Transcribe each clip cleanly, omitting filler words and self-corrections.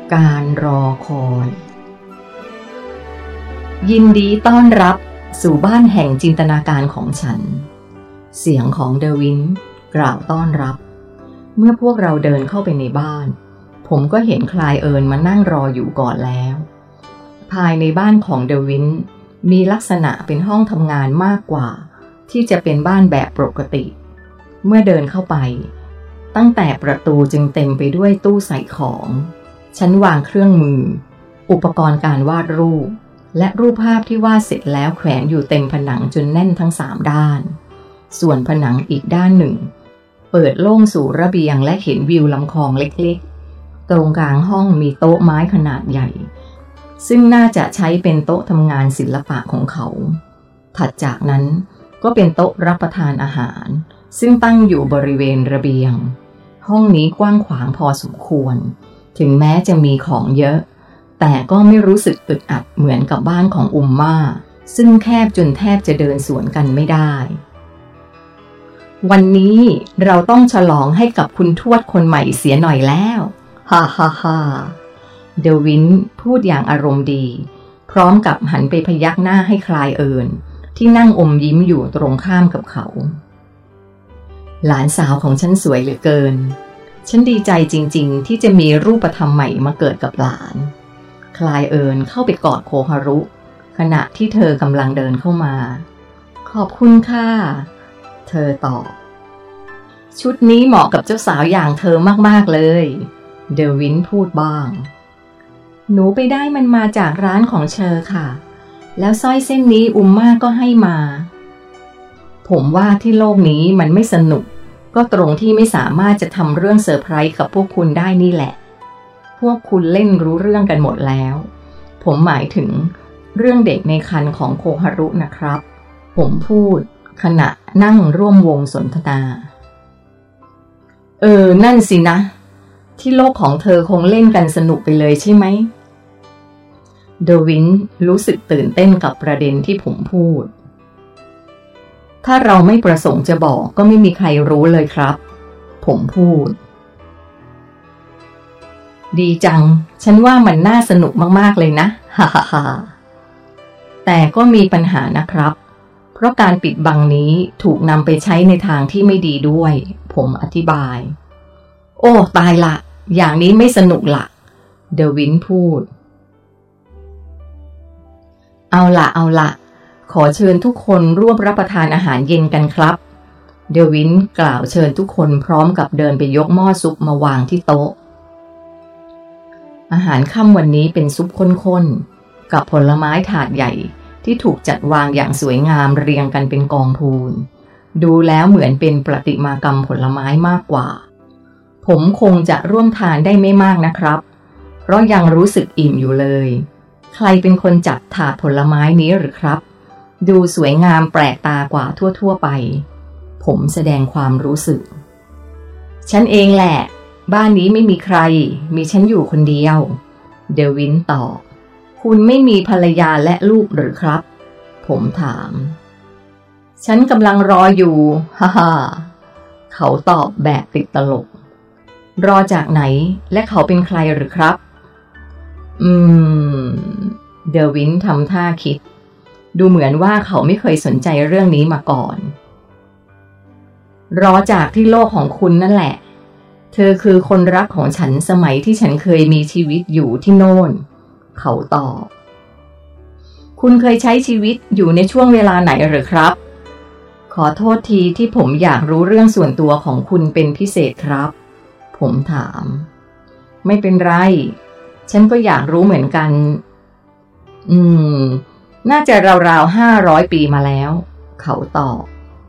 การรอคอยยินดีต้อนรับสู่บ้านแห่งจินตนาการของฉันเสียงของเดวินกล่าวต้อนรับเมื่อพวกเราเดินเข้าไปในบ้านผมก็เห็นคลายเอิญมานั่งรออยู่ก่อนแล้วภายในบ้านของเดวินมีลักษณะเป็นห้องทำงานมากกว่าที่จะเป็นบ้านแบบปกติเมื่อเดินเข้าไปตั้งแต่ประตูจึงเต็มไปด้วยตู้ใส่ของชั้นวางเครื่องมืออุปกรณ์การวาดรูปและรูปภาพที่วาดเสร็จแล้วแขวนอยู่เต็มผนังจนแน่นทั้ง3ด้านส่วนผนังอีกด้านหนึ่งเปิดโล่งสู่ระเบียงและเห็นวิวลำคลองเล็กๆตรงกลางห้องมีโต๊ะไม้ขนาดใหญ่ซึ่งน่าจะใช้เป็นโต๊ะทำงานศิลปะของเขาถัดจากนั้นก็เป็นโต๊ะรับประทานอาหารซึ่งตั้งอยู่บริเวณระเบียงห้องนี้กว้างขวางพอสมควรถึงแม้จะมีของเยอะแต่ก็ไม่รู้สึกอึดอัดเหมือนกับบ้านของอุมม่าซึ่งแคบจนแทบจะเดินสวนกันไม่ได้วันนี้เราต้องฉลองให้กับคุณทวดคนใหม่เสียหน่อยแล้วฮ่าฮ่าฮ่าเดวินพูดอย่างอารมณ์ดีพร้อมกับหันไปพยักหน้าให้คลายเอิญที่นั่งอมยิ้มอยู่ตรงข้ามกับเขาหลานสาวของฉันสวยเหลือเกินฉันดีใจจริงๆที่จะมีรูปธรรมใหม่มาเกิดกับหลานคลายเอิญเข้าไปกอดโคฮารุขณะที่เธอกำลังเดินเข้ามาขอบคุณค่ะเธอตอบชุดนี้เหมาะกับเจ้าสาวอย่างเธอมากๆเลยเดวินพูดบ้างหนูไปได้มันมาจากร้านของเชอค่ะแล้วสร้อยเส้นนี้อุมม่าก็ให้มาผมว่าที่โลกนี้มันไม่สนุกก็ตรงที่ไม่สามารถจะทำเรื่องเซอร์ไพรส์กับพวกคุณได้นี่แหละพวกคุณเล่นรู้เรื่องกันหมดแล้วผมหมายถึงเรื่องเด็กในครรภ์ของโคฮารุนะครับผมพูดขณะนั่งร่วมวงสนทนานั่นสินะที่โลกของเธอคงเล่นกันสนุกไปเลยใช่ไหมเดวินรู้สึกตื่นเต้นกับประเด็นที่ผมพูดถ้าเราไม่ประสงค์จะบอกก็ไม่มีใครรู้เลยครับผมพูดดีจังฉันว่ามันน่าสนุกมากๆเลยนะฮ่าฮ่าฮ่าแต่ก็มีปัญหานะครับเพราะการปิดบังนี้ถูกนำไปใช้ในทางที่ไม่ดีด้วยผมอธิบายโอ้ตายละอย่างนี้ไม่สนุกละเดวินพูดเอาละขอเชิญทุกคนร่วมรับประทานอาหารเย็นกันครับเดวินกล่าวเชิญทุกคนพร้อมกับเดินไปยกหม้อซุปมาวางที่โต๊ะอาหารค่ำวันนี้เป็นซุปข้นๆกับผลไม้ถาดใหญ่ที่ถูกจัดวางอย่างสวยงามเรียงกันเป็นกองพูนดูแล้วเหมือนเป็นประติมากรรมผลไม้มากกว่าผมคงจะร่วมทานได้ไม่มากนะครับเพราะยังรู้สึกอิ่มอยู่เลยใครเป็นคนจัดถาดผลไม้นี้หรือครับดูสวยงามแปลกตากว่าทั่วไปผมแสดงความรู้สึกฉันเองแหละบ้านนี้ไม่มีใครมีฉันอยู่คนเดียวเดวินตอบคุณไม่มีภรรยาและลูกหรือครับผมถามฉันกำลังรออยู่ฮ่าฮ่าเขาตอบแบบติดตลกรอจากไหนและเขาเป็นใครหรือครับเดวินทำท่าคิดดูเหมือนว่าเขาไม่เคยสนใจเรื่องนี้มาก่อนรอจากที่โลกของคุณนั่นแหละเธอคือคนรักของฉันสมัยที่ฉันเคยมีชีวิตอยู่ที่โน่นเขาตอบคุณเคยใช้ชีวิตอยู่ในช่วงเวลาไหนหรือครับขอโทษทีที่ผมอยากรู้เรื่องส่วนตัวของคุณเป็นพิเศษครับผมถามไม่เป็นไรฉันก็อยากรู้เหมือนกันน่าจะราวๆ500 ปีมาแล้วเขาตอบ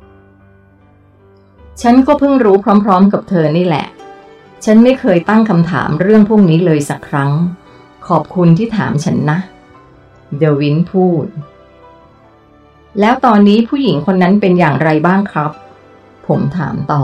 ฉันก็เพิ่งรู้พร้อมๆกับเธอนี่แหละฉันไม่เคยตั้งคำถามเรื่องพวกนี้เลยสักครั้งขอบคุณที่ถามฉันนะเดวินพูดแล้วตอนนี้ผู้หญิงคนนั้นเป็นอย่างไรบ้างครับผมถามต่อ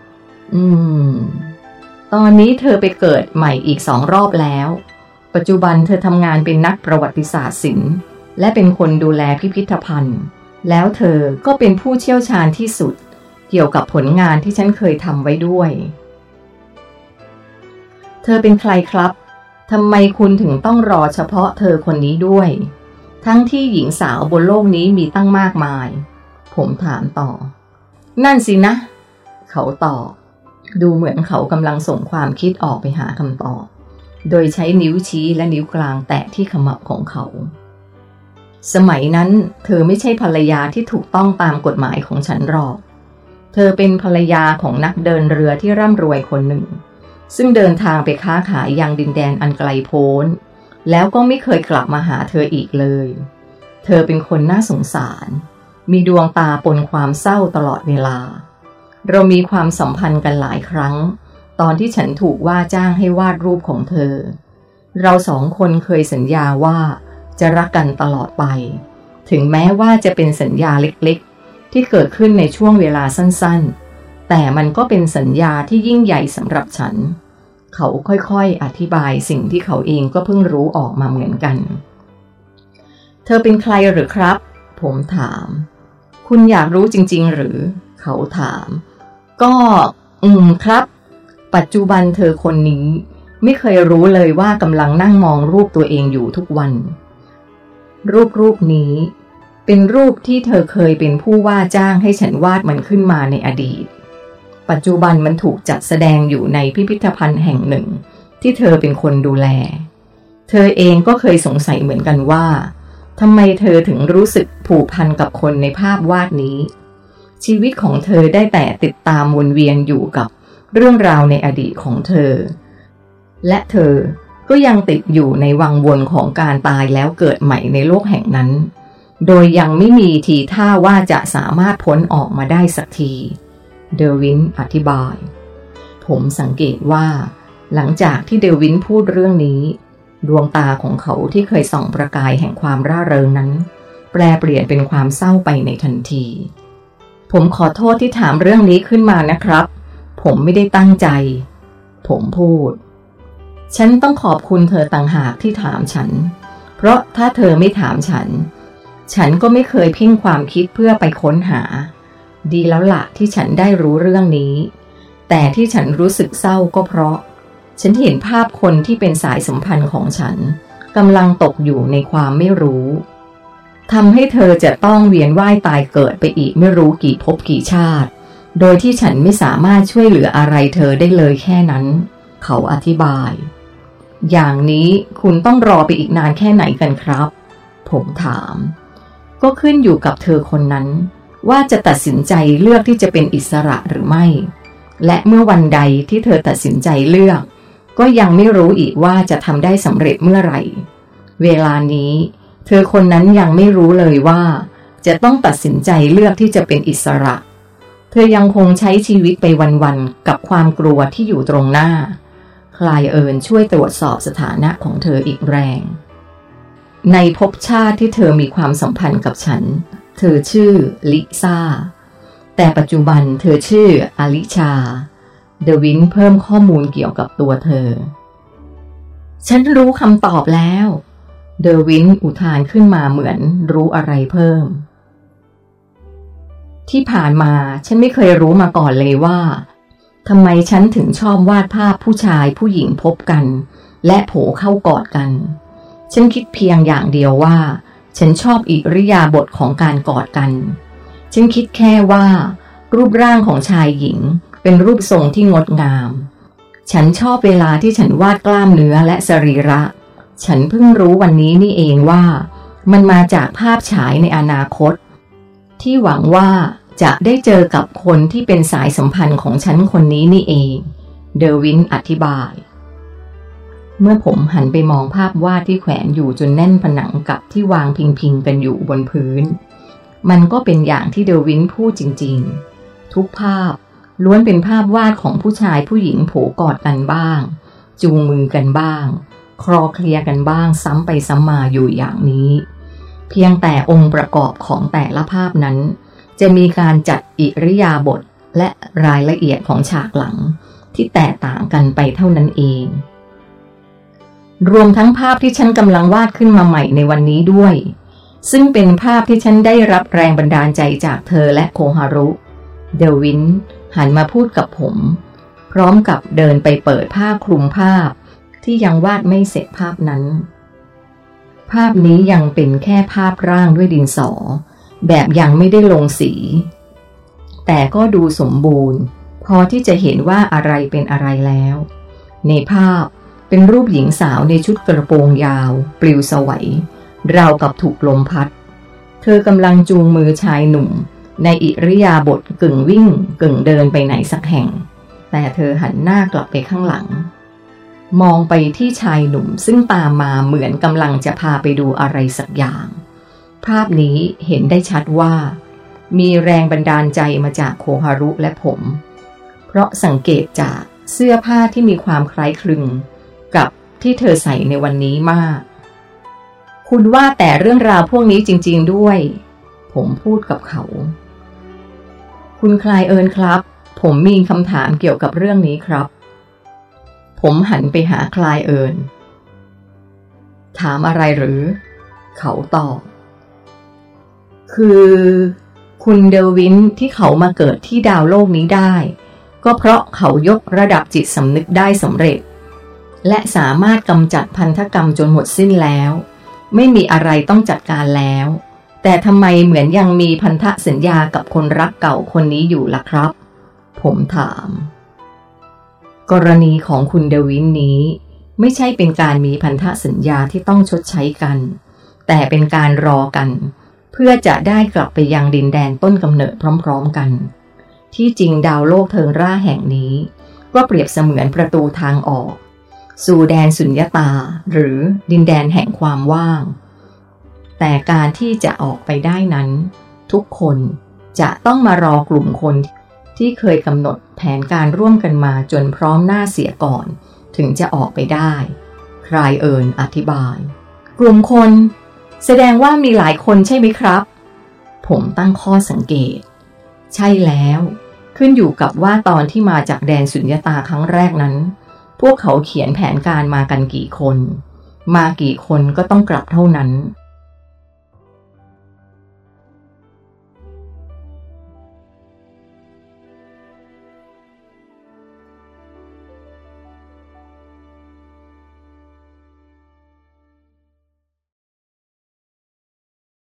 ตอนนี้เธอไปเกิดใหม่อีก2 รอบแล้วปัจจุบันเธอทำงานเป็นนักประวัติศาสตร์ศิลป์และเป็นคนดูแลพิพิธภัณฑ์แล้วเธอก็เป็นผู้เชี่ยวชาญที่สุดเกี่ยวกับผลงานที่ฉันเคยทำไว้ด้วยเธอเป็นใครครับทำไมคุณถึงต้องรอเฉพาะเธอคนนี้ด้วยทั้งที่หญิงสาวบนโลกนี้มีตั้งมากมายผมถามต่อนั่นสินะเขาตอบดูเหมือนเขากำลังส่งความคิดออกไปหาคำตอบโดยใช้นิ้วชี้และนิ้วกลางแตะที่ขมับของเขาสมัยนั้นเธอไม่ใช่ภรรยาที่ถูกต้องตามกฎหมายของฉันหรอกเธอเป็นภรรยาของนักเดินเรือที่ร่ำรวยคนหนึ่งซึ่งเดินทางไปค้าขายยังดินแดนอันไกลโพ้นแล้วก็ไม่เคยกลับมาหาเธออีกเลยเธอเป็นคนน่าสงสารมีดวงตาปนความเศร้าตลอดเวลาเรามีความสัมพันธ์กันหลายครั้งตอนที่ฉันถูกว่าจ้างให้วาดรูปของเธอเราสองคนเคยสัญญาว่าจะรักกันตลอดไปถึงแม้ว่าจะเป็นสัญญาเล็กๆที่เกิดขึ้นในช่วงเวลาสั้นๆแต่มันก็เป็นสัญญาที่ยิ่งใหญ่สำหรับฉันเขาค่อยๆอธิบายสิ่งที่เขาเองก็เพิ่งรู้ออกมาเหมือนกันเธอเป็นใครหรือครับผมถามคุณอยากรู้จริงๆหรือเขาถามก็ครับปัจจุบันเธอคนนี้ไม่เคยรู้เลยว่ากำลังนั่งมองรูปตัวเองอยู่ทุกวันรูปนี้เป็นรูปที่เธอเคยเป็นผู้ว่าจ้างให้ฉันวาดมันขึ้นมาในอดีตปัจจุบันมันถูกจัดแสดงอยู่ในพิพิธภัณฑ์แห่งหนึ่งที่เธอเป็นคนดูแลเธอเองก็เคยสงสัยเหมือนกันว่าทำไมเธอถึงรู้สึกผูกพันกับคนในภาพวาดนี้ชีวิตของเธอได้แต่ติดตามวนเวียนอยู่กับเรื่องราวในอดีตของเธอและเธอก็ยังติดอยู่ในวังวนของการตายแล้วเกิดใหม่ในโลกแห่งนั้นโดยยังไม่มีทีท่าว่าจะสามารถพ้นออกมาได้สักทีเดวินอธิบายผมสังเกตว่าหลังจากที่เดวินพูดเรื่องนี้ดวงตาของเขาที่เคยส่องประกายแห่งความร่าเริงนั้นแปรเปลี่ยนเป็นความเศร้าไปในทันทีผมขอโทษที่ถามเรื่องนี้ขึ้นมานะครับผมไม่ได้ตั้งใจผมพูดฉันต้องขอบคุณเธอต่างหากที่ถามฉันเพราะถ้าเธอไม่ถามฉันก็ไม่เคยเพ่งความคิดเพื่อไปค้นหาดีแล้วล่ะที่ฉันได้รู้เรื่องนี้แต่ที่ฉันรู้สึกเศร้าก็เพราะฉันเห็นภาพคนที่เป็นสายสัมพันธ์ของฉันกำลังตกอยู่ในความไม่รู้ทำให้เธอจะต้องเวียนว่ายตายเกิดไปอีกไม่รู้กี่ภพกี่ชาติโดยที่ฉันไม่สามารถช่วยเหลืออะไรเธอได้เลยแค่นั้นเขาอธิบายอย่างนี้คุณต้องรอไปอีกนานแค่ไหนกันครับผมถามก็ขึ้นอยู่กับเธอคนนั้นว่าจะตัดสินใจเลือกที่จะเป็นอิสระหรือไม่และเมื่อวันใดที่เธอตัดสินใจเลือกก็ยังไม่รู้อีกว่าจะทำได้สำเร็จเมื่อไหร่เวลานี้เธอคนนั้นยังไม่รู้เลยว่าจะต้องตัดสินใจเลือกที่จะเป็นอิสระเธอยังคงใช้ชีวิตไปวันๆกับความกลัวที่อยู่ตรงหน้าคลายเอิญช่วยตรวจสอบสถานะของเธออีกแรงในภพชาติที่เธอมีความสัมพันธ์กับฉันเธอชื่อลิซ่าแต่ปัจจุบันเธอชื่ออลิชาเดวินเพิ่มข้อมูลเกี่ยวกับตัวเธอฉันรู้คำตอบแล้วเดวินอุทานขึ้นมาเหมือนรู้อะไรเพิ่มที่ผ่านมาฉันไม่เคยรู้มาก่อนเลยว่าทำไมฉันถึงชอบวาดภาพผู้ชายผู้หญิงพบกันและโผเข้ากอดกันฉันคิดเพียงอย่างเดียวว่าฉันชอบอิริยาบถของการกอดกันฉันคิดแค่ว่ารูปร่างของชายหญิงเป็นรูปทรงที่งดงามฉันชอบเวลาที่ฉันวาดกล้ามเนื้อและสรีระฉันเพิ่งรู้วันนี้นี่เองว่ามันมาจากภาพฉายในอนาคตที่หวังว่าจะได้เจอกับคนที่เป็นสายสัมพันธ์ของฉันคนนี้นี่เองเดวินอธิบายเมื่อผมหันไปมองภาพวาดที่แขวนอยู่จนแน่นผนังกับที่วางพิงกันอยู่บนพื้นมันก็เป็นอย่างที่เดวินพูดจริงๆทุกภาพล้วนเป็นภาพวาดของผู้ชายผู้หญิงโผกอดกันบ้างจูงมือกันบ้างคลอเคลียกันบ้างซ้ำไปซ้ำมาอยู่อย่างนี้เพียงแต่องค์ประกอบของแต่ละภาพนั้นจะมีการจัดอิริยาบถและรายละเอียดของฉากหลังที่แตกต่างกันไปเท่านั้นเองรวมทั้งภาพที่ฉันกำลังวาดขึ้นมาใหม่ในวันนี้ด้วยซึ่งเป็นภาพที่ฉันได้รับแรงบันดาลใจจากเธอและโคฮารุเดวินหันมาพูดกับผมพร้อมกับเดินไปเปิดผ้าคลุมภาพที่ยังวาดไม่เสร็จภาพนั้น ภาพนี้ยังเป็นแค่ภาพร่างด้วยดินสอแบบยังไม่ได้ลงสีแต่ก็ดูสมบูรณ์พอที่จะเห็นว่าอะไรเป็นอะไรแล้วในภาพเป็นรูปหญิงสาวในชุดกระโปรงยาวปลิวสวัยราวกับถูกลมพัดเธอกำลังจูงมือชายหนุ่มในอิริยาบถกึ่งวิ่งกึ่งเดินไปไหนสักแห่งแต่เธอหันหน้ากลับไปข้างหลังมองไปที่ชายหนุ่มซึ่งตามมาเหมือนกำลังจะพาไปดูอะไรสักอย่างภาพนี้เห็นได้ชัดว่ามีแรงบันดาลใจมาจากโคฮารุและผมเพราะสังเกตจากเสื้อผ้าที่มีความคล้ายคลึงกับที่เธอใส่ในวันนี้มากคุณว่าแต่เรื่องราวพวกนี้จริงๆด้วยผมพูดกับเขาคุณคลายเอิญครับผมมีคำถามเกี่ยวกับเรื่องนี้ครับผมหันไปหาคลายเอิญถามอะไรหรือเขาตอบคือคุณเดวินที่เขามาเกิดที่ดาวโลกนี้ได้ก็เพราะเขายกระดับจิตสำนึกได้สำเร็จและสามารถกำจัดพันธกรรมจนหมดสิ้นแล้วไม่มีอะไรต้องจัดการแล้วแต่ทำไมเหมือนยังมีพันธสัญญากับคนรักเก่าคนนี้อยู่ล่ะครับผมถามกรณีของคุณเดวินนี้ไม่ใช่เป็นการมีพันธสัญญาที่ต้องชดใช้กันแต่เป็นการรอกันเพื่อจะได้กลับไปยังดินแดนต้นกำเนิดพร้อมๆกันที่จริงดาวโลกเทิงร่าแห่งนี้ก็เปรียบเสมือนประตูทางออกสู่แดนสุญญตาหรือดินแดนแห่งความว่างแต่การที่จะออกไปได้นั้นทุกคนจะต้องมารอกลุ่มคนที่เคยกำหนดแผนการร่วมกันมาจนพร้อมหน้าเสียก่อนถึงจะออกไปได้คลายเอิญอธิบายกลุ่มคนแสดงว่ามีหลายคนใช่ไหมครับผมตั้งข้อสังเกตใช่แล้วขึ้นอยู่กับว่าตอนที่มาจากแดนสุญญตาครั้งแรกนั้นพวกเขาเขียนแผนการมากันกี่คนมากี่คนก็ต้องกลับเท่านั้น